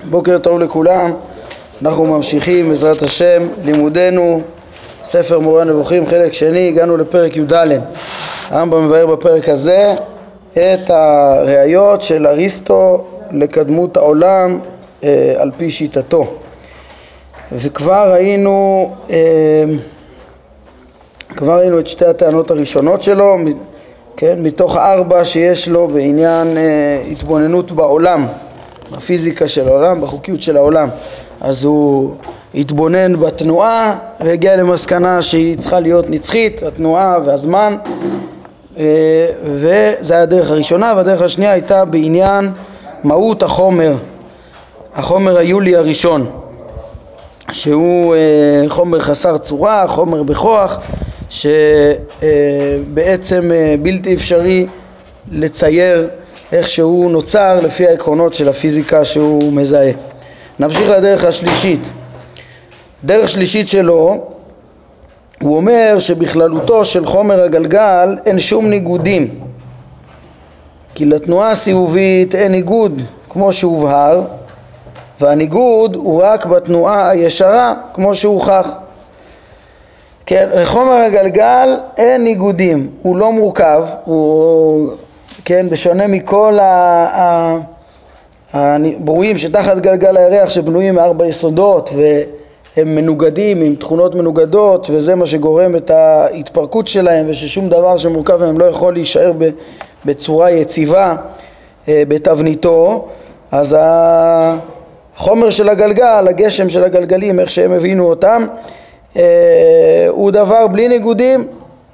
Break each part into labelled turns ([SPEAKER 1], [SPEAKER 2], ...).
[SPEAKER 1] בוקר טוב לכולם, אנחנו ממשיכים בעזרת השם לימודנו ספר מורה נבוכים חלק שני, הגענו לפרק י"ד. הרמב"ם מבאר בפרק הזה את הראיות של אריסטו לקדמות העולם על פי שיטתו, וכבר ראינו את שתי הטענות הראשונות שלו, כן, מתוך 4 שיש לו בעניין התבוננות בעולם, בפיזיקה של העולם, בחוקיות של העולם. אז הוא התבונן בתנועה והגיע למסקנה שהיא צריכה להיות נצחית, התנועה והזמן, וזה הדרך הראשונה. והדרך השנייה הייתה בעניין מהות החומר היולי הראשון, שהוא חומר חסר צורה, חומר בכוח, שבעצם בלתי אפשרי לצייר איך שהוא נוצר לפי העקרונות של הפיזיקה שהוא מזהה. נמשיך לדרך השלישית. דרך שלישית שלו, הוא אומר שבכללותו של חומר הגלגל אין שום ניגודים, כי לתנועה הסיבובית אין ניגוד כמו שהובהר, והניגוד הוא רק בתנועה הישרה כמו שהוכח. כן, לחומר הגלגל אין ניגודים, הוא לא מורכב, הוא כן, בשונה מכל הברואים שתחת גלגל הירח שבנויים מ4 יסודות והם מנוגדים עם תכונות מנוגדות, וזה מה שגורם את ההתפרקות שלהם, וששום דבר שמורכב מהם לא יכול להישאר בצורה יציבה בתבניתו. אז החומר של הגלגל, הגשם של הגלגלים, איך שהם הבינו אותם, הוא דבר בלי ניגודים,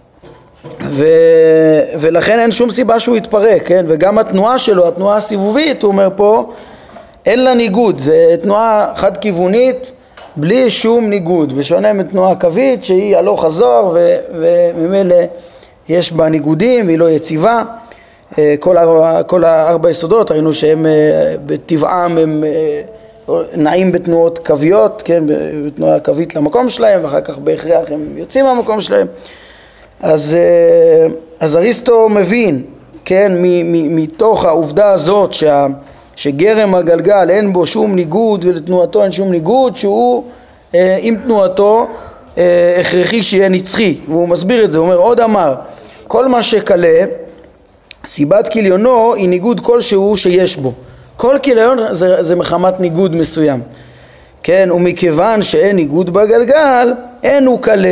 [SPEAKER 1] ולכן אין שום סיבה שהוא יתפרק, כן? וגם התנועה שלו, התנועה הסיבובית, הוא אומר פה, אין לה ניגוד, זה תנועה חד כיוונית בלי שום ניגוד, בשונה מתנועה קווית שהיא הלוך חזור וממילא יש בה ניגודים והיא לא יציבה. כל 4 יסודות ראינו שהם בטבעם הם נעים בתנועות קוויות, כן? בתנועה קווית למקום שלהם, ואחר כך בהכרח הם יוצאים מהמקום שלהם. אז אריסטו מבין, כן, מתוך העובדה הזאת שגרם הגלגל אין בו שום ניגוד ולתנועתו אין שום ניגוד, שהוא עם תנועתו הכרחי שיהיה נצחי. והוא מסביר את זה, הוא אומר, עוד אמר, כל מה שקלה, סיבת כליונו היא ניגוד כלשהו שיש בו. כל כליון זה מחמת ניגוד מסוים, כן, ומכיוון שאין ניגוד בגלגל, אין הוא קלה.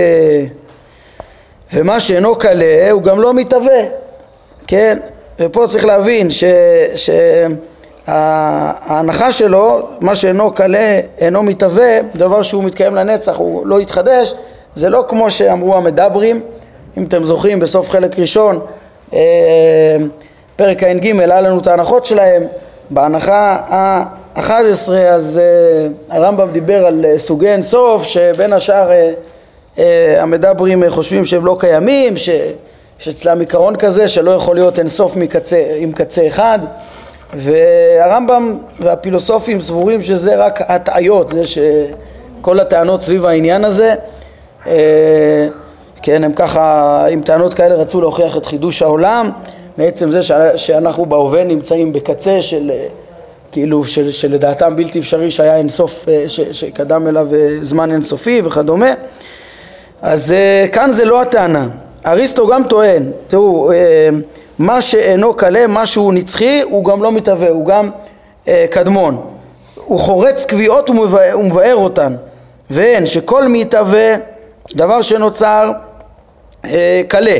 [SPEAKER 1] ומה שאינו קלה הוא גם לא מתהווה, כן? ופה צריך להבין שההנחה שלו, מה שאינו קלה אינו מתהווה, דבר שהוא מתקיים לנצח, הוא לא יתחדש. זה לא כמו שאמרו המדברים, אם אתם זוכרים בסוף חלק ראשון פרק ע"ג היה לנו את ההנחות שלהם. בהנחה ה-11 אז הרמב"ם דיבר על סוגי אין סוף, שבין השאר המדברים חושבים שהם לא קיימים, שאצלם עיקרון כזה שלא יכול להיות אין סוף עם קצה אחד, והרמב"ם והפילוסופים סבורים שזה רק הטעיות, זה שכל הטענות סביב העניין הזה, כן, הם ככה עם טענות כאלה רצו להוכיח את חידוש העולם, בעצם זה שאנחנו בהווה נמצאים בקצה של כאילו שלדעתם בלתי אפשרי שהיה אין סוף, שקדם אליו זמן אינסופי וכדומה. אז כאן זה לא הטענה. אריסטו גם טוען, תראו, מה שאינו קלה, מה שהוא נצחי, הוא גם לא מתהווה, הוא גם קדמון. הוא חורץ קביעות ומבאר אותן, ואין שכל מתהווה דבר שנוצר קלה,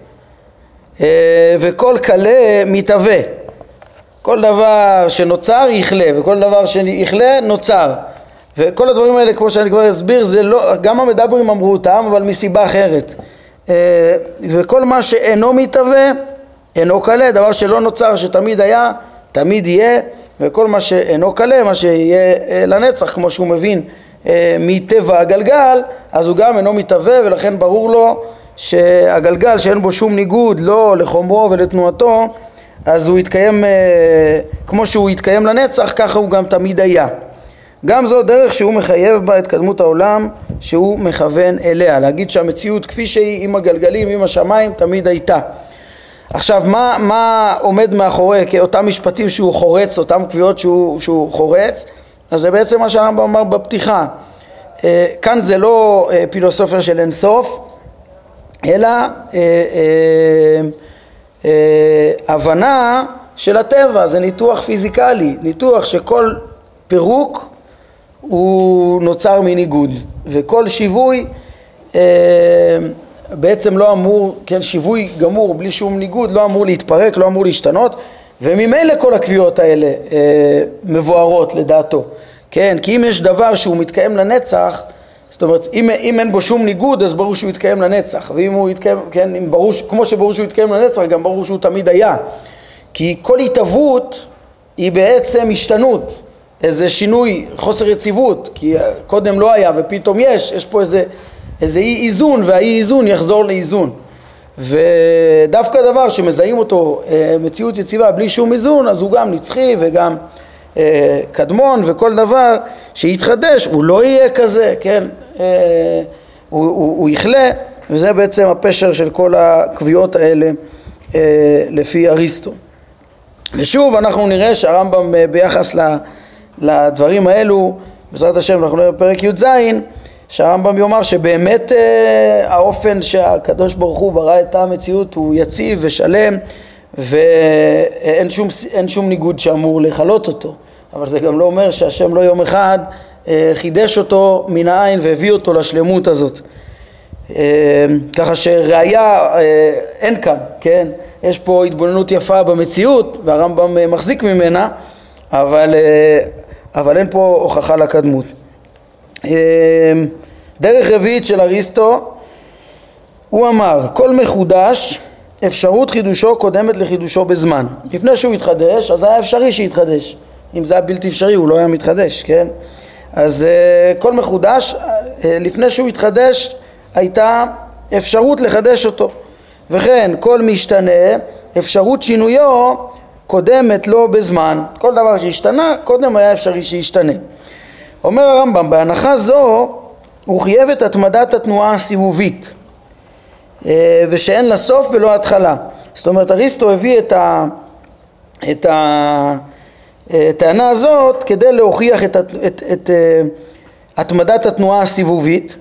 [SPEAKER 1] וכל קלה מתהווה. כל דבר שנוצר יכלה, וכל דבר שיכלה נוצר. וכל הדברים האלה, כמו שאני כבר אסביר, זה לא, גם המדברים אמרו אותם, אבל מסיבה אחרת. וכל מה שאינו מתהווה, אינו קלה, דבר שלא נוצר, שתמיד היה, תמיד יהיה, וכל מה שאינו קלה, מה שיהיה לנצח, כמו שהוא מבין מטבע הגלגל, אז הוא גם אינו מתהווה, ולכן ברור לו שהגלגל שאין בו שום ניגוד, לא לחומרו ולתנועתו, אז הוא יתקיים, כמו שהוא יתקיים לנצח, ככה הוא גם תמיד היה. גם זו דרך שהוא מחייב בה את קדמות העולם שהוא מכוון אליה, להגיד שהמציאות כפי שהיא עם הגלגלים, עם השמיים, תמיד הייתה. עכשיו, מה עומד מאחורי אותם משפטים שהוא חורץ, אותם קביעות שהוא חורץ? אז זה בעצם מה שהרמב"ם אמר בפתיחה. כאן זה לא פילוסופיה של אינסוף, אלא הבנה של הטבע, זה ניתוח פיזיקלי, ניתוח שכל פירוק הוא נוצר מניגוד, וכל שיווי בעצם לא אמור, כן, שיווי גמור בלי שום ניגוד לא אמור להתפרק, לא אמור להשתנות, וממילא כל הקביעות האלה מבוארות לדעתו, כן, כי אם יש דבר שהוא מתקיים לנצח, זאת אומרת, אם אין בו שום ניגוד, אז ברור שהוא יתקיים לנצח, ואם הוא יתקיים, כן, אם ברור, כמו שברור שהוא יתקיים לנצח, גם ברור שהוא תמיד היה, כי כל התהוות היא בעצם השתנות, איזה שינוי, חוסר יציבות, כי קודם לא היה ופתאום יש פה איזה אי איזון, והאי איזון יחזור לאיזון, ודווקא דבר שמזהים אותו מציאות יציבה בלי שום איזון, אז הוא גם נצחי וגם קדמון, וכל דבר שיתחדש הוא לא יהיה כזה, כן, הוא יחלה, וזה בעצם הפשר של כל הקביעות האלה לפי אריסטו. ושוב אנחנו נראה שהרמב"ם ביחס לדברים האלו, בעזרת השם אנחנו נראה בפרק י"ז, שהרמב"ם יאמר שבאמת האופן שהקדוש ברוך הוא ברא את המציאות הוא יציב ושלם, ואין שום ניגוד שאמור לחלות אותו, אבל זה גם לא אומר שהשם לא יום אחד חידש אותו מן העין והביא אותו לשלמות הזאת, ככה שראיה אין כאן, כן, יש פה התבוננות יפה במציאות והרמב"ם מחזיק ממנה, אבל אין פה הוכחה לקדמות. דרך רביעית של אריסטו, הוא אמר כל מחודש אפשרות חידושו קודמת לחידושו בזמן. לפני שהוא התחדש אז היה אפשרי שיתחדש, אם זה היה בלתי אפשרי הוא לא היה מתחדש, כן? אז כל מחודש לפני שהוא התחדש הייתה אפשרות לחדש אותו, וכן כל משתנה אפשרות שינויו קודמת לו בזמן, כל דבר שהשתנה קודם היה אפשרי שישתנה. אומר הרמב"ם בהנחה זו הוא חייב את התמדת התנועה הסיבובית ושאין לה סוף ולא התחלה. זאת אומרת אריסטו הביא את הטענה הזאת כדי להוכיח את התמדת התנועה הסיבובית,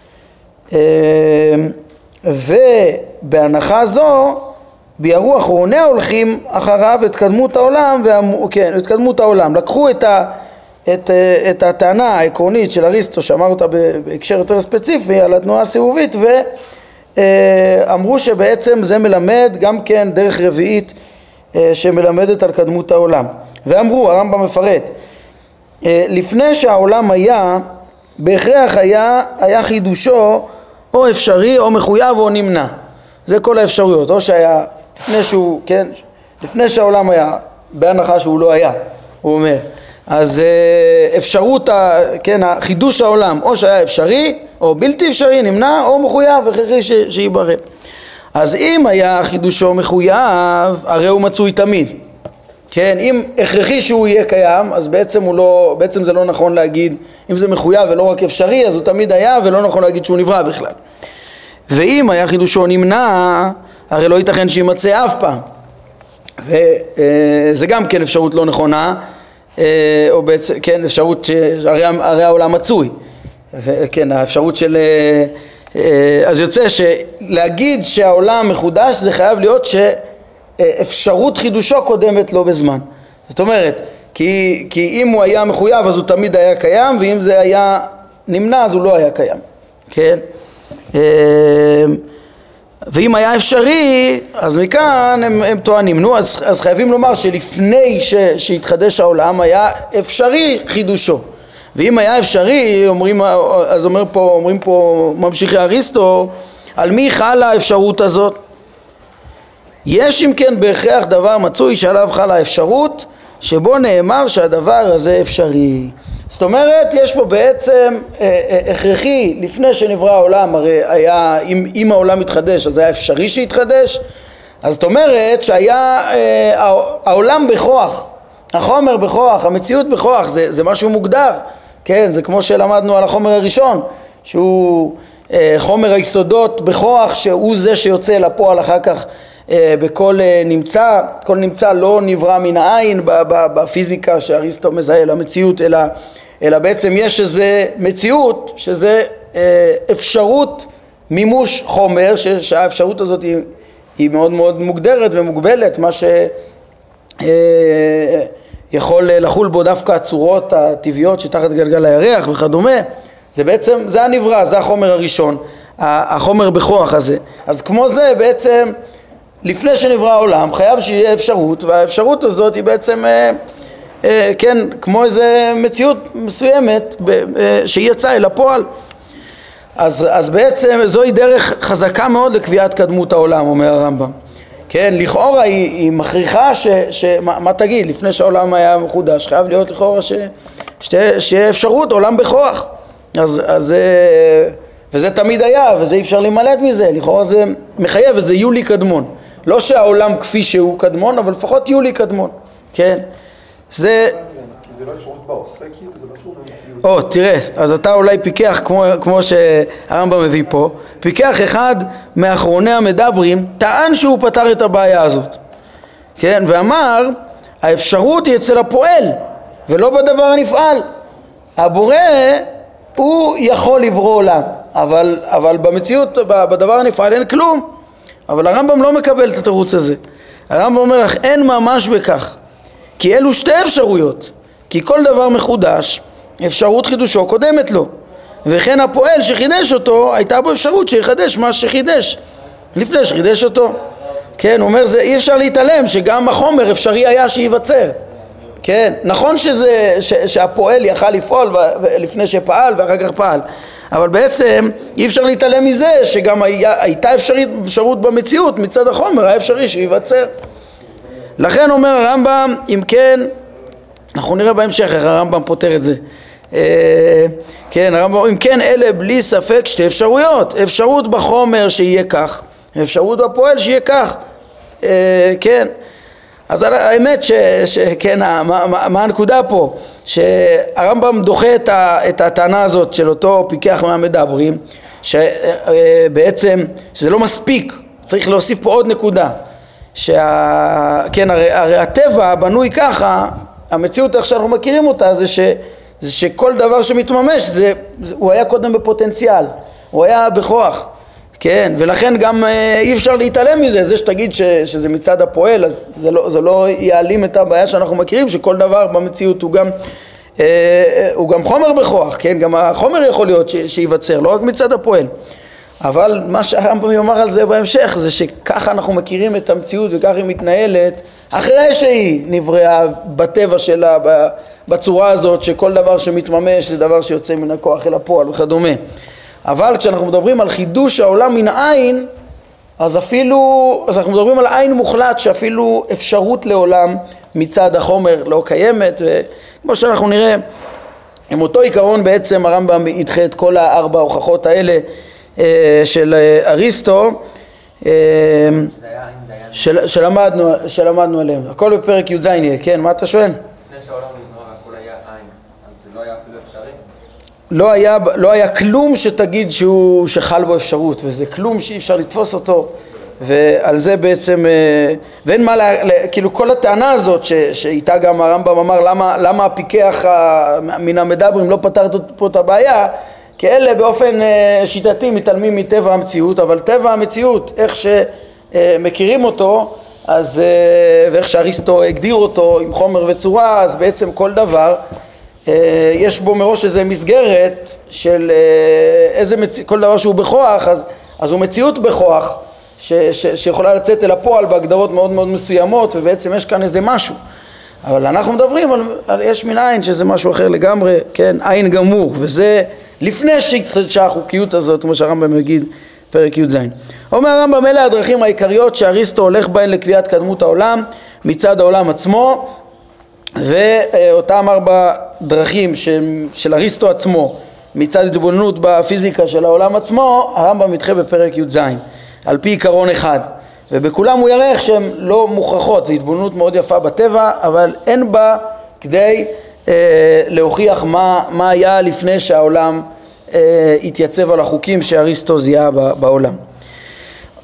[SPEAKER 1] ובהנחה זו ביארו אחרוני ההולכים אחריו את קדמות העולם, כן, את קדמות העולם. לקחו את הטענה העקרונית של אריסטו שאמר אותה בהקשר יותר ספציפי על התנועה הסיבובית, ואמרו שבעצם זה מלמד גם כן דרך רביעית שמלמדת על קדמות העולם. ואמרו, הרמב"ם מפרט, לפני שהעולם היה בהכרח היה חידושו או אפשרי או מחויב או נמנע. זה כל האפשרויות, או שהיה לפני שהעולם היה, בהנחה שהוא לא היה, הוא אומר, אז אפשרות, כן, חידוש העולם או שהיה אפשרי או בלתי אפשרי, נמנע או מחויב הכרחי שיברא. אז אם היה חידושו מחויב, הרי הוא מצוי תמיד, כן, אם הכרחי שהוא יהיה קיים, אז בעצם זה לא נכון להגיד, אם זה מחויב ולא רק אפשרי, אז הוא תמיד היה ולא נכון להגיד שהוא נברא בכלל. ואם היה חידושו נמנע, הרי לא ייתכן שימצא אף פעם, וזה גם כן אפשרות לא נכונה, או בעצם, כן, אפשרות שהרי העולם מצוי, כן, האפשרות של, אז יוצא שלהגיד שהעולם מחודש זה חייב להיות שאפשרות חידושו קודמת לו בזמן. זאת אומרת, כי אם הוא היה מחויב אז הוא תמיד היה קיים, ואם זה היה נמנע אז הוא לא היה קיים, כן? ואם היה אפשרי, אז מכאן הם טוענים, נו, אז חייבים לומר שלפני שהתחדש העולם היה אפשרי חידושו. ואם היה אפשרי, אומרים פה ממשיכי אריסטו, על מי חלה האפשרות הזאת? יש אם כן בהכרח דבר מצוי שעליו חלה האפשרות, שבו נאמר שהדבר הזה אפשרי. זאת אומרת, יש פה בעצם הכרחי, לפני שנברא העולם, הרי היה, אם העולם מתחדש, אז היה אפשרי שיתחדש, אז זאת אומרת שהיה העולם בכוח, החומר בכוח, המציאות בכוח, זה משהו מוגדר, כן, זה כמו שלמדנו על החומר הראשון, שהוא חומר היסודות בכוח, שהוא זה שיוצא לפועל אחר כך בכל נמצא, כל נמצא לא נברא מן העין בפיזיקה שאריסטו מזהה למציאות, אלא בעצם יש איזה מציאות שזה אפשרות מימוש חומר, שהאפשרות הזאת היא מאוד מאוד מוגדרת ומוגבלת, מה שיכול לחול בו דווקא הצורות הטבעיות שתחת גלגל הירח וכדומה. זה בעצם, זה הנברא, זה החומר הראשון, החומר בכוח הזה. אז כמו זה בעצם לפני שנברא העולם חייב שיהיה אפשרות, והאפשרות הזאת היא בעצם כן, כמו איזה מציאות מסוימת שהיא יצאה אל הפועל. אז בעצם זוהי דרך חזקה מאוד לקביעת קדמות העולם, אומר הרמב"ם. כן, לכאורה היא מכריחה מה תגיד, לפני שהעולם היה מחודש, חייב להיות לכאורה שיהיה אפשרות עולם בכוח. וזה תמיד היה, וזה אי אפשר להימלט מזה, לכאורה זה מחייב, וזה יולי קדמון. לא שהעולם כפי שהוא קדמון, אבל לפחות יולי קדמון. כן, זה...
[SPEAKER 2] זה לא אפשרות בעושה, כאילו, זה לא אפשרות במציאות.
[SPEAKER 1] תראה, אז אתה אולי פיקח, כמו שהרמב"ם מביא פה, פיקח אחד מאחרוני המדברים, טען שהוא פתר את הבעיה הזאת. כן, ואמר, האפשרות היא אצל הפועל, ולא בדבר הנפעל. הבורא, הוא יכול לברוא עולם, אבל במציאות, בדבר הנפעל אין כלום. אבל הרמב"ם לא מקבל את התירוץ הזה. הרמב"ם אומר, אך אין ממש בכך, כי אלו שתי אפשרויות. כי כל דבר מחודש, אפשרות חידושו קודמת לו, וכן הפועל שחידש אותו, הייתה בו אפשרות שיחדש מה שחידש לפני שחידש אותו. כן, הוא אומר, זה אי אפשר להתעלם שגם החומר אפשרי היה שייווצר. כן, נכון שהפועל יכל לפעול לפני שפעל ואחר כך פעל, אבל בעצם אי אפשר להתעלם מזה שגם הייתה אפשרות במציאות מצד החומר האפשרי שייווצר. לכן אומר הרמב"ם, אם כן, אנחנו נראה בהמשך איך הרמב"ם פותר את זה. כן, הרמב"ם, אם כן, אלה בלי ספק שתי אפשרויות, אפשרות בחומר שיהיה כך, אפשרות בפועל שיהיה כך. כן, אז האמת שכן, מה הנקודה פה? שהרמב"ם דוחה את הטענה הזאת של אותו פיקח מהמדברים, שבעצם שזה לא מספיק, צריך להוסיף פה עוד נקודה. כן, הרי הטבע בנוי ככה, המציאות איך שאנחנו מכירים אותה זה שכל דבר שמתממש הוא היה קודם בפוטנציאל, הוא היה בכוח, כן, ולכן גם אי אפשר להתעלם מזה. זה שתגיד שזה מצד הפועל, אז זה לא יעלים את הבעיה שאנחנו מכירים, שכל דבר במציאות הוא גם חומר בכוח, כן, גם החומר יכול להיות שיווצר, לא רק מצד הפועל. אבל מה שהרמב"ם יאמר על זה בהמשך זה שככה אנחנו מכירים את המציאות וככה היא מתנהלת אחרי שהיא נבראה בטבע שלה בצורה הזאת, שכל דבר שמתממש זה דבר שיוצא מן הכוח אל הפועל וכדומה. אבל כשאנחנו מדברים על חידוש העולם מן העין, אז אנחנו מדברים על עין מוחלט, שאפילו אפשרות לעולם מצד החומר לא קיימת. וכמו שאנחנו נראה, עם אותו עיקרון בעצם הרמב"ם ידחה את כל הארבע ההוכחות האלה של אריסטו שלמדנו עליהם. הכל בפרק י"ז יהיה. כן, מה אתה שואל?
[SPEAKER 3] לפני שהעולם נברא הכל היה עין, אז זה לא היה אפילו אפשרי?
[SPEAKER 1] לא היה כלום שתגיד שחל בו אפשרות, וזה כלום שאי אפשר לתפוס אותו, ועל זה בעצם, ואין מה, כאילו כל הטענה הזאת שאיתה גם הרמב"ם אמר למה הפיקח מן המדברים לא פתר פה את הבעיה, כי אלה באופן שיטתי מתעלמים מטבע המציאות, אבל טבע המציאות, איך שמכירים אותו, אז, ואיך שאריסטו הגדיר אותו עם חומר וצורה, אז בעצם כל דבר, יש בו מראש איזו מסגרת של כל דבר שהוא בכוח, אז הוא מציאות בכוח, שיכולה לצאת אל הפועל בהגדרות מאוד מאוד מסוימות, ובעצם יש כאן איזה משהו. אבל אנחנו מדברים על יש מן עין, שזה משהו אחר לגמרי, כן, עין גמור, וזה לפני שהתחדשה החוקיות הזאת, כמו שהרמב"ם יגיד, פרק י"ז. אומר הרמב"ם, אלה הדרכים העיקריות שאריסטו הולך בהן לקביעת קדמות העולם מצד העולם עצמו, ואותם ארבע דרכים של אריסטו עצמו מצד התבוננות בפיזיקה של העולם עצמו, הרמב"ם ידחה בפרק י"ז על פי עיקרון אחד, ובכולם הוא יראה איך שהן לא מוכרחות. זו התבוננות מאוד יפה בטבע, אבל אין בה כדי להוכיח מה היה לפני שהעולם התייצב על החוקים שאריסטו זיהה בעולם.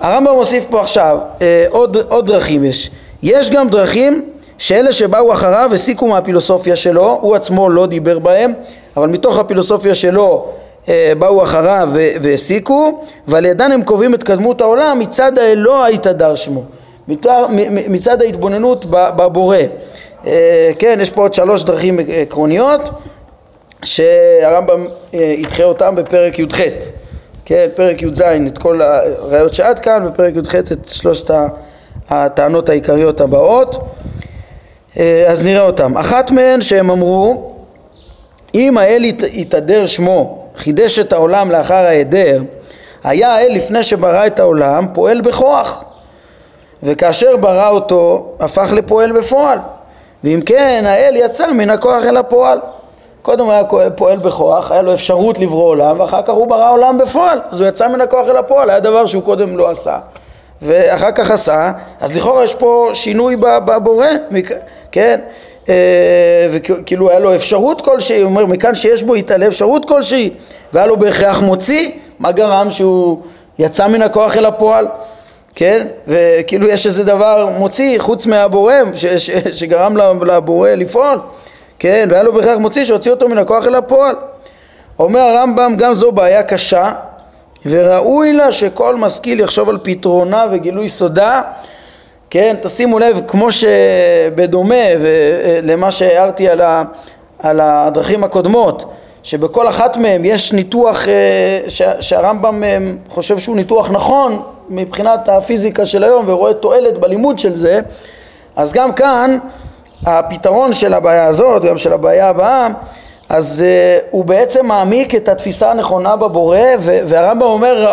[SPEAKER 1] הרמב"ם מוסיף פה עכשיו עוד דרכים יש גם דרכים שאלה שבאו אחריו הסיקו מהפילוסופיה שלו, הוא עצמו לא דיבר בהם, אבל מתוך הפילוסופיה שלו באו אחריו והסיקו, ועל ידן הם קובעים את קדמות העולם מצד האלוה התהדר שמו, מצד ההתבוננות בבורא. כן, יש פה עוד 3 דרכים עקרוניות שהרמב"ם ידחה אותם בפרק י"ח, כן, פרק י"ז את כל הראיות שעד כאן, בפרק י"ח את 3 הטענות העיקריות הבאות. אז נראה אותם. אחת מהן שהם אמרו, אם האל התהדר שמו חידש את העולם לאחר ההיעדר, היה האל לפני שברא את העולם פועל בכוח, וכאשר ברא אותו הפך לפועל בפועל, ואם כן האל יצא מן הכוח אל הפועל. קודם היה פועל בכוח, היה לו אפשרות לברוא עולם, ואחר כך הוא ברא עולם בפועל, אז הוא יצא מן הכוח אל הפועל, היה דבר שהוא קודם לא עשה ואחר כך עשה, אז לכאורה יש פה שינוי בבורא, כן, וכאילו היה לו אפשרות כלשהי, הוא אומר מכאן שיש בו התעלה אפשרות כלשהי, והיה לו בהכרח מוציא, מה גרם שהוא יצא מן הכוח אל הפועל, כן, וכאילו יש איזה דבר מוציא חוץ מהבורא שגרם לבורא לפעול, כן, והיה לו בהכרח מוציא שהוציא אותו מן הכוח אל הפועל. אומר הרמב"ם גם זו בעיה קשה, וראוי לה שכל משכיל יחשוב על פתרונה וגילוי סודה. כן, תשימו לב, כמו שבדומה למה שהערתי על הדרכים הקודמות, שבכל אחת מהם יש ניתוח שהרמב"ם חושב שהוא ניתוח נכון מבחינת הפיזיקה של היום ורואה תועלת בלימוד של זה, אז גם כאן הפתרון של הבעיה הזאת, גם של הבעיה הבאה, אז הוא בעצם מעמיק את התפיסה הנכונה בבורא, והרמב"ם אומר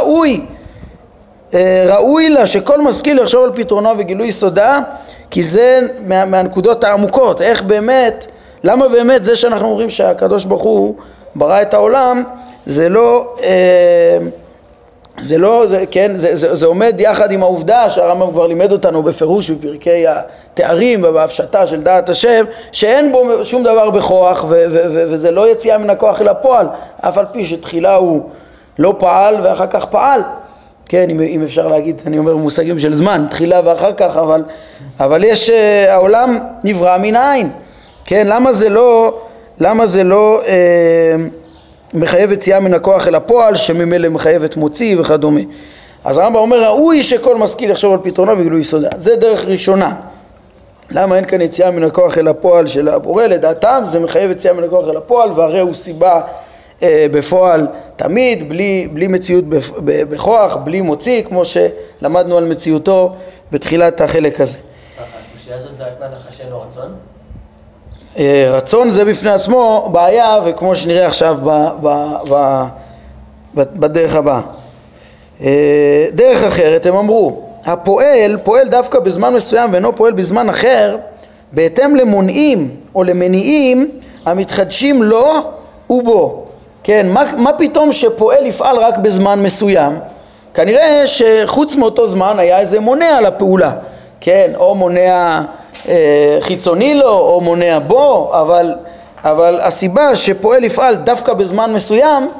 [SPEAKER 1] ראוי לה שכל משכיל יחשוב על פתרונה וגילוי סודה, כי זה מהנקודות העמוקות, איך באמת, למה באמת זה שאנחנו אומרים שהקדוש ברוך הוא ברא את העולם, זה עומד יחד עם העובדה שהרמב"ם כבר לימד אותנו בפירוש בפרקי התארים ובהפשטה של דעת השם, שאין בו שום דבר בכוח וזה לא יציאה מן הכוח אל הפועל, אף על פי שתחילה הוא לא פעל ואחר כך פעל, כן, אם אפשר להגיד, אני אומר מושגים של זמן, תחילה ואחר כך, אבל יש, העולם נברא מן העין, כן, למה זה לא מחייב יציאה מן הכוח אל הפועל, שממילא מחייב את מוציא וכדומה. אז הרמב"ם אומר ראוי שכל משכיל יחשוב על פתרונה וגילוי סודה. זה דרך ראשונה. למה אין כאן יציאה מן הכוח אל הפועל של הבורא? לדעתם זה מחייב יציאה מן הכוח אל הפועל, והרי הוא סיבה בפועל תמיד, בלי מציאות בכוח, בלי מוציא, כמו שלמדנו על מציאותו בתחילת החלק הזה.
[SPEAKER 3] הקושיה הזאת זה רק מהנחה שאין לו רצון?
[SPEAKER 1] רצון זה בפני עצמו בעיה, וכמו שנראה עכשיו בדרך הבאה. דרך אחרת הם אמרו, הפועל פועל דווקא בזמן מסוים ואינו פועל בזמן אחר, בהתאם למונעים או למניעים המתחדשים לו ובו. כן, מה פתאום שפועל יפעל רק בזמן מסוים? כנראה שחוץ מאותו זמן היה איזה מונע לפעולה, כן, או מונע חיצוני לו או מונע בו, אבל הסיבה שפועל יפעל דווקא בזמן מסוים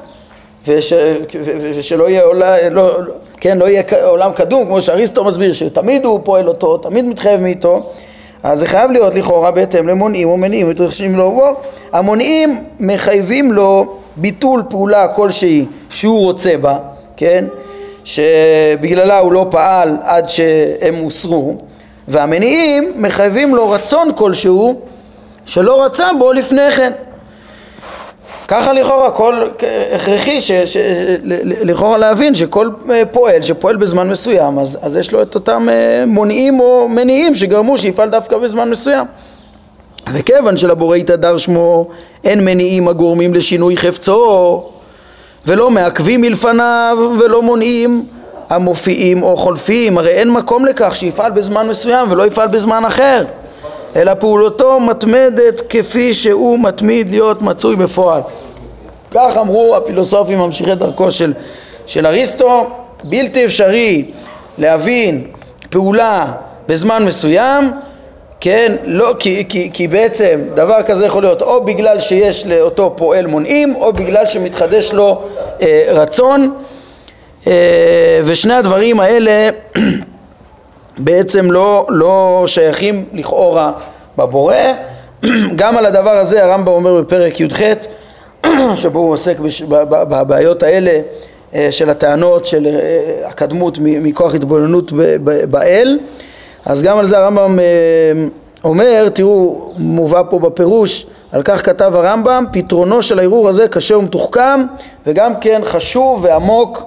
[SPEAKER 1] ושלא יהיה לא יהיה עולם קדום, כמו שאריסטו מסביר שתמיד הוא פועל אותו, תמיד מתחייב מאיתו, אז זה חייב להיות לכאורה בהתאם למונעים או מניעים מתרחשים לו בו. המונעים מחייבים לו ביטול פעולה כלשהי שהוא רוצה בה, כן, שבגללה הוא לא פעל עד שהם הוסרו, והמניעים מחייבים לו רצון כלשהו שלא רצה בו לפני כן. ככה לכאורה כל הכרחי לכאורה להבין שכל פועל שפועל בזמן מסוים, אז יש לו את אותם מונעים או מניעים שגרמו שיפעל דווקא בזמן מסוים. וכיוון שלבורא התהדר שמו אין מניעים הגורמים לשינוי חפצו ולא מעכבים מלפניו ולא מונעים המופיעים או חולפים, הרי אין מקום לכך שיפעל בזמן מסוים ולא יפעל בזמן אחר, אלא פעולתו מתמדת כפי שהוא מתמיד להיות מצוי בפועל. כך אמרו הפילוסופים ממשיכי דרכו של אריסטו, בלתי אפשרי להבין פעולה בזמן מסוים, כן, לא, כי בעצם דבר כזה יכול להיות או בגלל שיש לאותו פועל מונעים או בגלל שמתחדש לו רצון, ושני הדברים האלה בעצם לא שייכים לכאורה בבורא. גם על הדבר הזה הרמב"ם אומר בפרק י"ח, שבו הוא עוסק בבעיות האלה של הטענות של הקדמות מכוח התבוננות באל. אז גם על זה הרמב"ם אומר, תראו, מובא פה בפירוש, על כך כתב הרמב"ם, פתרונו של הערעור הזה קשה ומתוחכם, וגם כן חשוב ועמוק,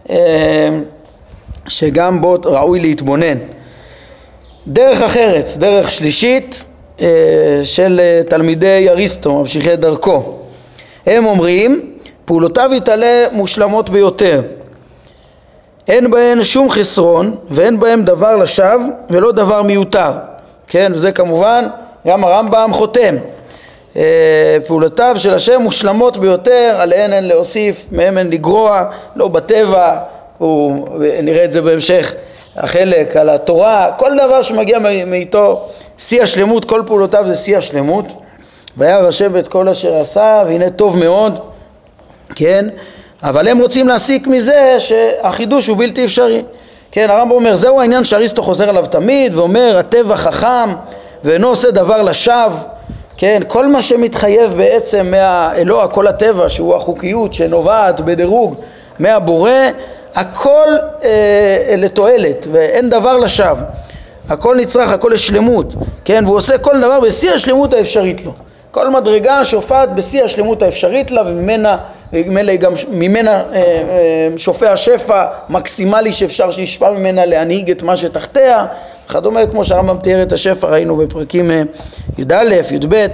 [SPEAKER 1] שגם בו ראוי להתבונן. דרך אחרת, דרך שלישית, של תלמידי אריסטו, ממשיכי דרכו. הם אומרים, פעולותיו יתעלה מושלמות ביותר. אין בהן שום חסרון, ואין בהן דבר לשווא, ולא דבר מיותר. כן, וזה כמובן, גם הרמב"ם חותם. פעולותיו של השם מושלמות ביותר, עליהן אין להוסיף, מהם אין לגרוע, לא בטבע, ונראה את זה בהמשך, החלק על התורה, כל דבר שמגיע מאיתו, שיא השלמות, כל פעולותיו זה שיא השלמות. וירא השם את כל אשר עשה, והנה טוב מאוד, כן? אבל הם רוצים להסיק מזה שהחידוש הוא בלתי אפשרי. כן, הרמב"ם אומר, זהו העניין שאריסטו חוזר עליו תמיד, ואומר, הטבע חכם, ואינו עושה דבר לשווא. כן, כל מה שמתחייב בעצם מהאלוה, כל הטבע, שהוא החוקיות שנובעת בדירוג מהבורא, הכל לתועלת, ואין דבר לשווא. הכל נצרך, הכל לשלמות, כן, והוא עושה כל דבר בשיא השלמות האפשרית לו. כל מדרגה שופעת בשיא השלמות האפשרית לה, וממנה שופע שפע מקסימלי שאפשר שישפע ממנה להנהיג את מה שתחתיה, וכדומה, כמו שהרמב"ם תיאר את השפע, ראינו בפרקים י"א, י"ב,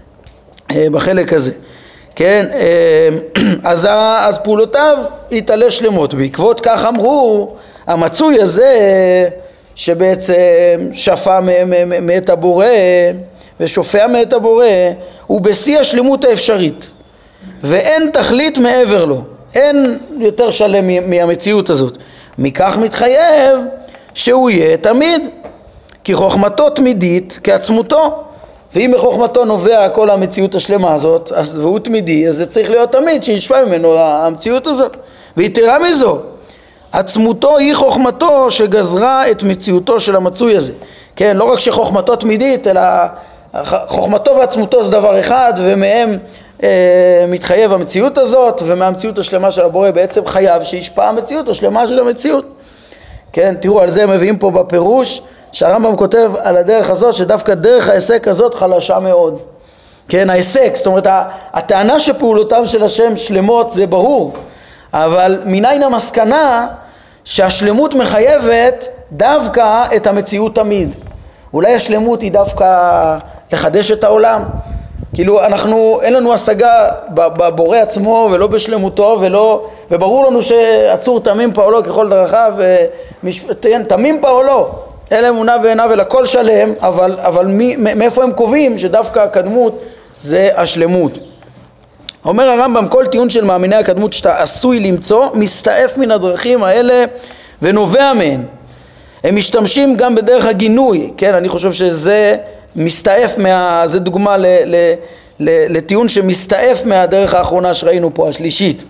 [SPEAKER 1] בחלק הזה. כן, אז פעולותיו יתעלה שלמות. בעקבות כך אמרו, המצוי הזה שבעצם שפע מאת הבורא ושופע מאת הבורא, הוא בשיא השלמות האפשרית, ואין תכלית מעבר לו, אין יותר שלם מהמציאות הזאת. מכך מתחייב שהוא יהיה תמיד, כי חוכמתו תמידית כעצמותו, ואם מחוכמתו נובע כל המציאות השלמה הזאת, והוא תמידי, אז זה צריך להיות תמיד שישפע ממנו המציאות הזאת. ויתרה מזו, עצמותו היא חוכמתו שגזרה את מציאותו של המצוי הזה. כן, לא רק שחוכמתו תמידית, אלא חוכמתו ועצמותו זה דבר אחד, ומהם מתחייב המציאות הזאת, ומהמציאות השלמה של הבורא בעצם חייב שישפע המציאות השלמה של המציאות. כן, תראו, על זה הם מביאים פה בפירוש, שהרמב"ם כותב על הדרך הזאת, שדווקא דרך ההיסק הזאת חלשה מאוד. כן, ההיסק, זאת אומרת, הטענה שפעולותיו של השם שלמות זה ברור, אבל מניין המסקנה שהשלמות מחייבת דווקא את המציאות תמיד. אולי השלמות היא דווקא לחדש את העולם. כאילו אין לנו השגה בבורא עצמו ולא בשלמותו, וברור לנו שעצור תמים פעולו ככל דרכיו, תמים פעולו, אלה אמונה ואינה ולכל שלם, אבל מאיפה הם קובעים שדווקא הקדמות זה השלמות? אומר הרמב"ם, כל טיעון של מאמיני הקדמות שאתה עשוי למצוא מסתעף מן הדרכים האלה ונובע מהן. הם משתמשים גם בדרך הגינוי, כן, אני חושב שזה מסתעף זה דוגמה לטיעון שמסתעף מהדרך האחרונה שראינו פה, השלישית.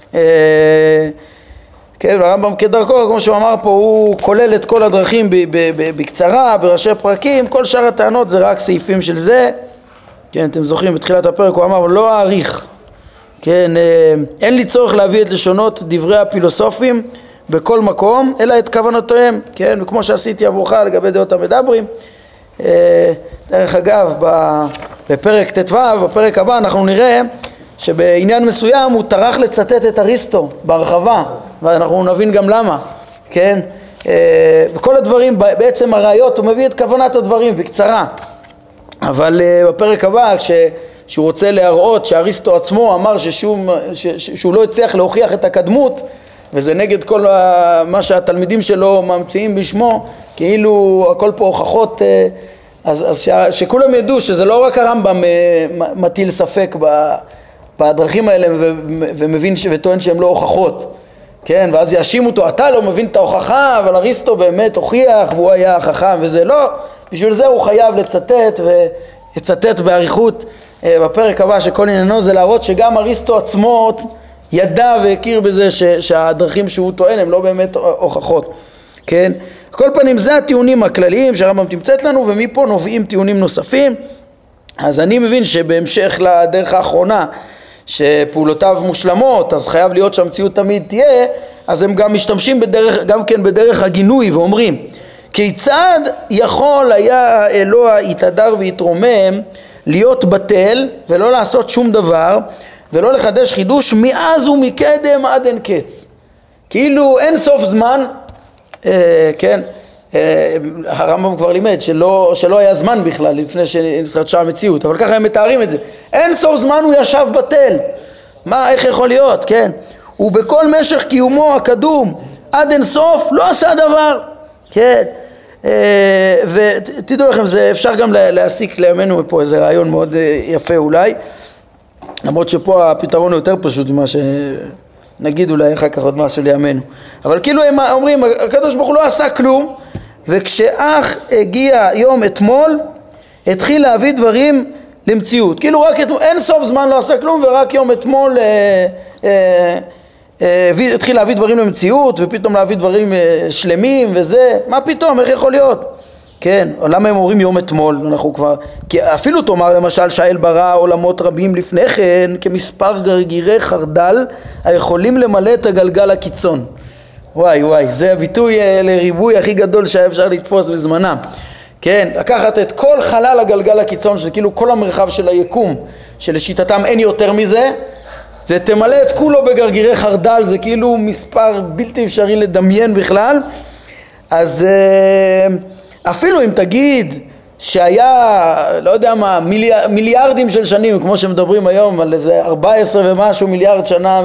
[SPEAKER 1] כן, הרמב"ם כדרכו, כמו שהוא אמר פה, הוא כולל את כל הדרכים בקצרה, בראשי פרקים, כל שאר הטענות זה רק סעיפים של זה. כן, אתם זוכרים, בתחילת הפרק הוא אמר, לא אעריך. כן, אין לי צורך להביא את לשונות דברי הפילוסופים בכל מקום, אלא את כוונותיהם. כן, וכמו שעשיתי עבורך לגבי דעות המדברים. דרך אגב, בפרק ט"ו, בפרק הבא, אנחנו נראה שבעניין מסוים הוא טרח לצטט את אריסטו בהרחבה, ואנחנו נבין גם למה. כן, בכל הדברים, בעצם הראיות, הוא מביא את כוונת הדברים בקצרה. אבל בפרק הבא, שהוא רוצה להראות שאריסטו עצמו אמר שהוא לא הצליח להוכיח את הקדמות, וזה נגד כל מה שהתלמידים שלו ממציאים בשמו, כאילו הכל פה הוכחות, אז שכולם ידעו שזה לא רק הרמב"ם מטיל ספק בדרכים האלה ומבין וטוען שהן לא הוכחות, כן, ואז יאשים אותו, אתה לא מבין את ההוכחה, אבל אריסטו באמת הוכיח והוא היה חכם, וזה לא, בשביל זה הוא חייב לצטט ויצטט בעריכות בפרק הבא, שכל עניינו זה להראות שגם אריסטו עצמו ידע והכיר בזה שהדרכים שהוא טוען הם לא באמת הוכחות, כן? כל פנים זה הטיעונים הכלליים שהרמב"ם תמצאת לנו, ומפה נובעים טיעונים נוספים. אז אני מבין שבהמשך לדרך האחרונה שפעולותיו מושלמות, אז חייב להיות שהמציאות תמיד תהיה, אז הם גם משתמשים גם כן בדרך הגינוי ואומרים, כיצד יכול היה אלוה יתהדר ויתרומם להיות בטל ולא לעשות שום דבר ולא לחדש חידוש מאז ומקדם עד אין קץ? כאילו אין סוף זמן, כן, הרמב"ם כבר לימד שלא היה זמן בכלל לפני שהתחדשה המציאות, אבל ככה הם מתארים את זה, אין סוף זמן הוא ישב בטל, מה, איך יכול להיות, כן? ובכל משך קיומו הקדום עד אין סוף לא עשה דבר, כן? ותדעו לכם, זה אפשר גם להסיק לימינו מפה איזה רעיון מאוד יפה אולי, למרות שפה הפתרון הוא יותר פשוט ממה שנגיד אולי אחר כך עוד משהו לימינו, אבל כאילו הם אומרים הקדוש ברוך הוא לא עשה כלום, וכשאך הגיע יום אתמול התחיל להביא דברים למציאות, כאילו רק אין סוף זמן לא עשה כלום ורק יום אתמול התחיל להביא דברים למציאות ופתאום להביא דברים שלמים וזה, מה פתאום, איך יכול להיות? כן, למה הם אומרים יום אתמול? אנחנו כבר, כי אפילו תאמר למשל שהאל ברא עולמות רבים לפני כן כמספר גרגירי חרדל היכולים למלא את הגלגל הקיצון. וואי וואי, זה הביטוי לריבוי הכי גדול שהיה אפשר לתפוס בזמנם. כן, לקחת את כל חלל הגלגל הקיצון, שכאילו כל המרחב של היקום, שלשיטתם אין יותר מזה, ותמלא את כולו בגרגירי חרדל, זה כאילו מספר בלתי אפשרי לדמיין בכלל. אז אפילו אם תגיד שהיה, לא יודע מה, מיליארדים של שנים, כמו שמדברים היום על איזה 14 ומשהו מיליארד שנה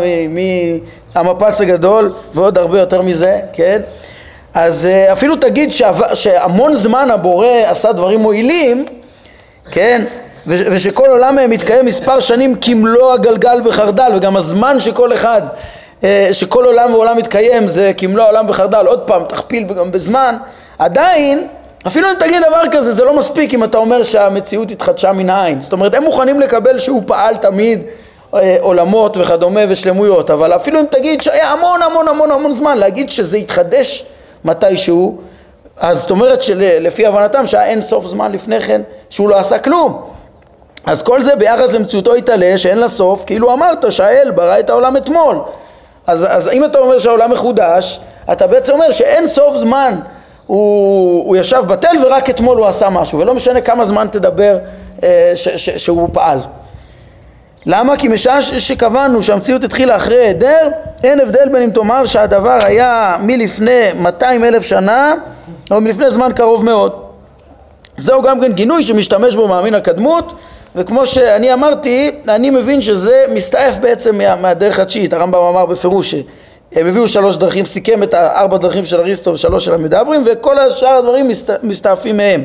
[SPEAKER 1] מהמפץ הגדול, ועוד הרבה יותר מזה, כן? אז אפילו תגיד שהמון זמן הבורא עשה דברים מועילים, כן? ושכל עולם מתקיים מספר שנים כמלוא הגלגל בחרדל, וגם הזמן שכל אחד, שכל עולם ועולם מתקיים זה כמלוא העולם בחרדל, עוד פעם תכפיל גם בזמן, עדיין אפילו אם תגיד דבר כזה זה לא מספיק אם אתה אומר שהמציאות התחדשה מן העין. זאת אומרת הם מוכנים לקבל שהוא פעל תמיד עולמות וכדומה ושלמויות, אבל אפילו אם תגיד שהיה המון המון המון המון זמן, להגיד שזה יתחדש מתישהו, אז זאת אומרת שלפי הבנתם שהיה אין סוף זמן לפני כן שהוא לא עשה כלום. אז כל זה ביחס למציאותו יתעלה שאין לה סוף, כאילו אמרת שהאל ברא את העולם אתמול. אז אם אתה אומר שהעולם מחודש, אתה בעצם אומר שאין סוף זמן הוא ישב בטל ורק אתמול הוא עשה משהו, ולא משנה כמה זמן תדבר שהוא פעל. למה? כי משעה שקבענו שהמציאות התחילה אחרי היעדר, אין הבדל בין אם תאמר שהדבר היה מלפני 200,000 שנה או מלפני זמן קרוב מאוד. זהו גם כן גינוי שמשתמש בו מאמין הקדמות, וכמו שאני אמרתי, אני מבין שזה מסתעף בעצם מהדרך התשיעית. הרמב"ם אמר בפירוש הם הביאו 3 דרכים, סיכם את 4 דרכים של אריסטו ו3 של המדברים, וכל השאר הדברים מסתעפים מהם.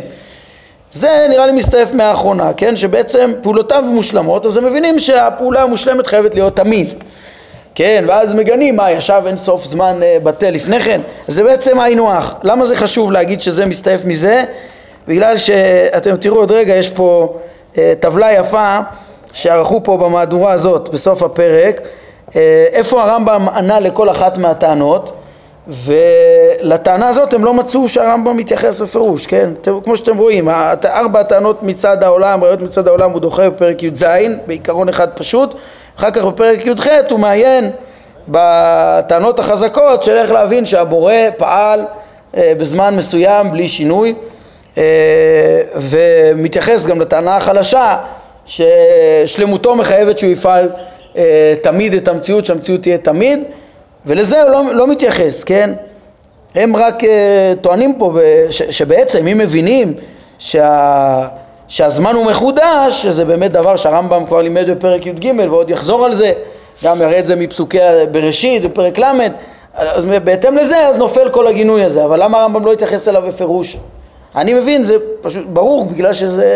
[SPEAKER 1] זה נראה לי מסתעף מהאחרונה, כן? שבעצם פעולותיו מושלמות, אז הם מבינים שהפעולה המושלמת חייבת להיות תמיד. כן, ואז מגנים, ישב אין סוף זמן בטל לפני כן. אז זה בעצם היינו הך. למה זה חשוב להגיד שזה מסתעף מזה? בגלל שאתם תראו עוד רגע, יש פה טבלה יפה שערכו פה במהדורה הזאת בסוף הפרק, איפה הרמב"ם ענה לכל אחת מהטענות, ולטענה הזאת הם לא מצאו שהרמב"ם מתייחס בפירוש, כן? כמו שאתם רואים, 4 הטענות מצד העולם, ראיות מצד העולם הוא דוחה בפרק י"ז, בעיקרון אחד פשוט, אחר כך בפרק י"ח הוא מעיין בטענות החזקות של איך להבין שהבורא פעל בזמן מסוים בלי שינוי, ומתייחס גם לטענה החלשה ששלמותו מחייבת שהוא יפעל תמיד את המציאות, שהמציאות תהיה תמיד, ולזה הוא לא מתייחס, כן? הם רק טוענים פה שבעצם אם מבינים שהזמן הוא מחודש, שזה באמת דבר שהרמב"ם כבר לימד בפרק י"ג ועוד יחזור על זה, גם יראה את זה מפסוקי בראשית בפרק ל', אז בהתאם לזה אז נופל כל הגינוי הזה. אבל למה הרמב"ם לא יתייחס אליו בפירוש? אני מבין, זה פשוט ברור, בגלל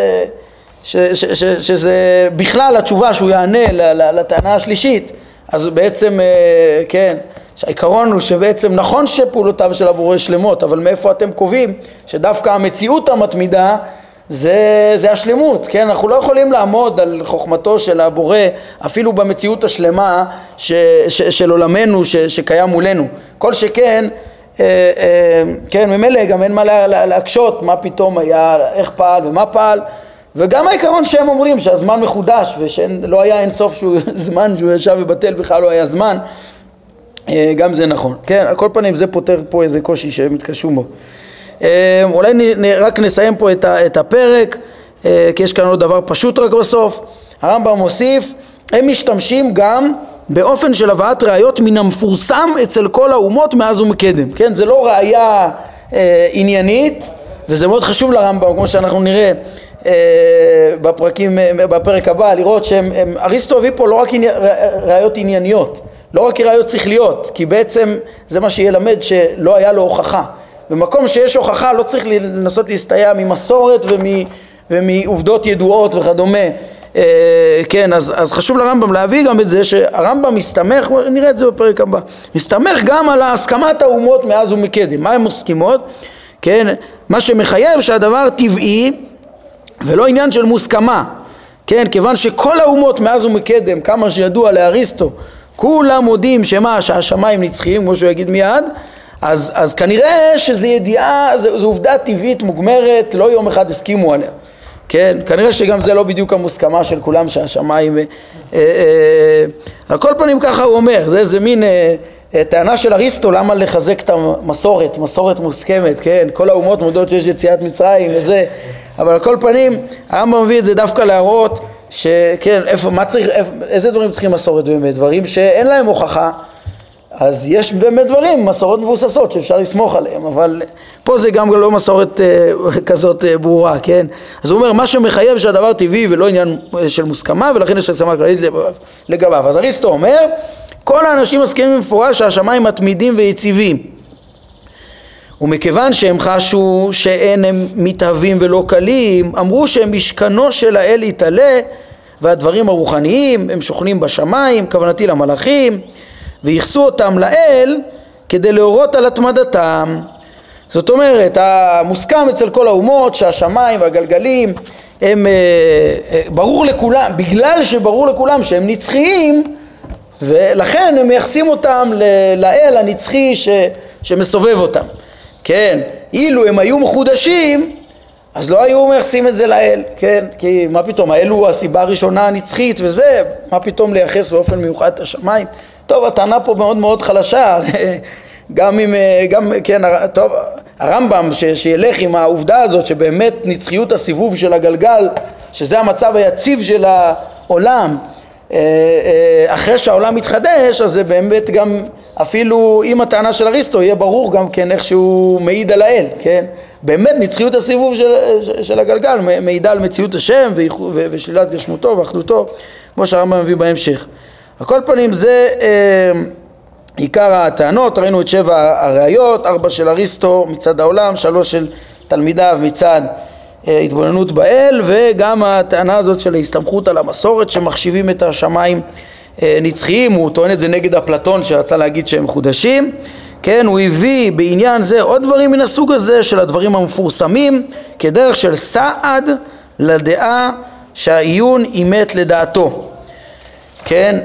[SPEAKER 1] שזה בכלל התשובה שהוא יענה לטענה השלישית. אז בעצם, כן, שהעיקרון הוא שבעצם נכון שפעולותיו של הבורא שלמות, אבל מאיפה אתם קובעים שדווקא המציאות המתמידה זה השלמות, כן? אנחנו לא יכולים לעמוד על חוכמתו של הבורא אפילו במציאות השלמה של עולמנו שקיים מולנו. כל שכן, כן, ממילא גם אין מה להקשות מה פתאום היה, איך פעל ומה פעל, וגם העיקרון שהם אומרים שהזמן מחודש ושלא היה אין סוף זמן שהוא ישב ובטל, בכלל לא היה זמן, גם זה נכון. כן, על כל פנים זה פותר פה איזה קושי שהם התקשו בו. אולי רק נסיים פה את הפרק, כי יש כאן עוד דבר פשוט רק בסוף. הרמב"ם מוסיף, הם משתמשים גם באופן של הבאת ראיות מן המפורסם אצל כל האומות מאז ומקדם. כן, זה לא ראיה עניינית, וזה מאוד חשוב לרמב"ם, כמו שאנחנו נראה בפרק הבא, לראות אריסטו הביא פה לא רק ראיות ענייניות, לא רק ראיות שכליות, כי בעצם זה מה שילמד שלא היה לו הוכחה. במקום שיש הוכחה לא צריך לנסות להסתייע ממסורת ומעובדות ידועות וכדומה. כן, אז חשוב לרמב"ם להביא גם את זה שהרמב"ם מסתמך, נראה את זה בפרק הבא, מסתמך גם על הסכמת האומות מאז ומקדם. מה הן מסכימות? כן, מה שמחייב שהדבר טבעי ולא עניין של מוסכמה. כן, כיוון שכל האומות מאז ומקדם, כמה שידוע לאריסטו, כולם מודים שהשמיים נצחיים, כמו שהוא יגיד מיד, אז כנראה שזה ידיעה, זו עובדה טבעית מוגמרת, לא יום אחד הסכימו עליה. כן, כנראה שגם זה לא בדיוק המוסכמה של כולם שהשמיים, על כל פנים ככה הוא אומר, זה מין טענה של אריסטו, למה לחזק את המסורת, מסורת מוסכמת, כן, כל האומות מודות שיש יציאת מצרים וזה, אבל על כל פנים הרמב"ם מביא את זה דווקא להראות שכן, איזה דברים צריכים מסורת באמת, דברים שאין להם הוכחה, אז יש באמת דברים, מסורות מבוססות שאפשר לסמוך עליהם, אבל פה זה גם לא מסורת כזאת ברורה, כן? אז הוא אומר, מה שמחייב שהדבר טבעי ולא עניין של מוסכמה, ולכן יש הסכמה כללית לגביו. אז אריסטו אומר, כל האנשים מסכימים במפורש שהשמיים מתמידים ויציבים, ומכיוון שהם חשו שאין הם מתהווים ולא קלים, אמרו שהם משכנו של האל יתעלה, והדברים הרוחניים הם שוכנים בשמיים, כוונתי למלאכים, ויחסו אותם לאל כדי להורות על התמדתם. זאת אומרת, המוסכם אצל כל האומות שהשמיים והגלגלים הם ברור לכולם, בגלל שברור לכולם שהם נצחיים, ולכן הם מייחסים אותם לאל הנצחי שמסובב אותם. כן, אילו הם היו מחודשים, אז לא היו מייחסים את זה לאל, כן? כי מה פתאום, האל הוא הסיבה הראשונה הנצחית וזה, מה פתאום לייחס באופן מיוחד את השמיים? טוב, הטענה פה מאוד מאוד חלשה, גם כן, טוב, הרמב"ם שילך עם העובדה הזאת שבאמת נצחיות הסיבוב של הגלגל, שזה המצב היציב של העולם, אחרי שהעולם מתחדש, אז זה באמת גם, אפילו עם הטענה של אריסטו, יהיה ברור גם כן איך שהוא מעיד על האל, כן? באמת נצחיות הסיבוב של הגלגל מעידה על מציאות השם ושלילת גשמותו ואחדותו, כמו שהרמב"ם מביא בהמשך. על כל פנים זה עיקר הטענות, ראינו את 7 הראיות, 4 של אריסטו מצד העולם, 3 של תלמידיו מצד התבוננות באל, וגם הטענה הזאת של ההסתמכות על המסורת שמחשיבים את השמיים נצחיים. הוא טוען את זה נגד אפלטון שרצה להגיד שהם מחודשים. כן, הוא הביא בעניין זה עוד דברים מן הסוג הזה של הדברים המפורסמים כדרך של סעד לדעה שהעיון אימת לדעתו. כן,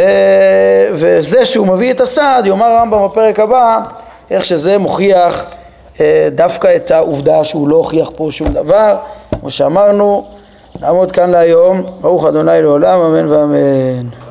[SPEAKER 1] וזה שהוא מביא את הסעד, יאמר הרמב"ם בפרק הבא, איך שזה מוכיח דווקא את העובדה שהוא לא הוכיח פה שום דבר. כמו שאמרנו, נעמוד כאן להיום. ברוך ה' לעולם, אמן ואמן.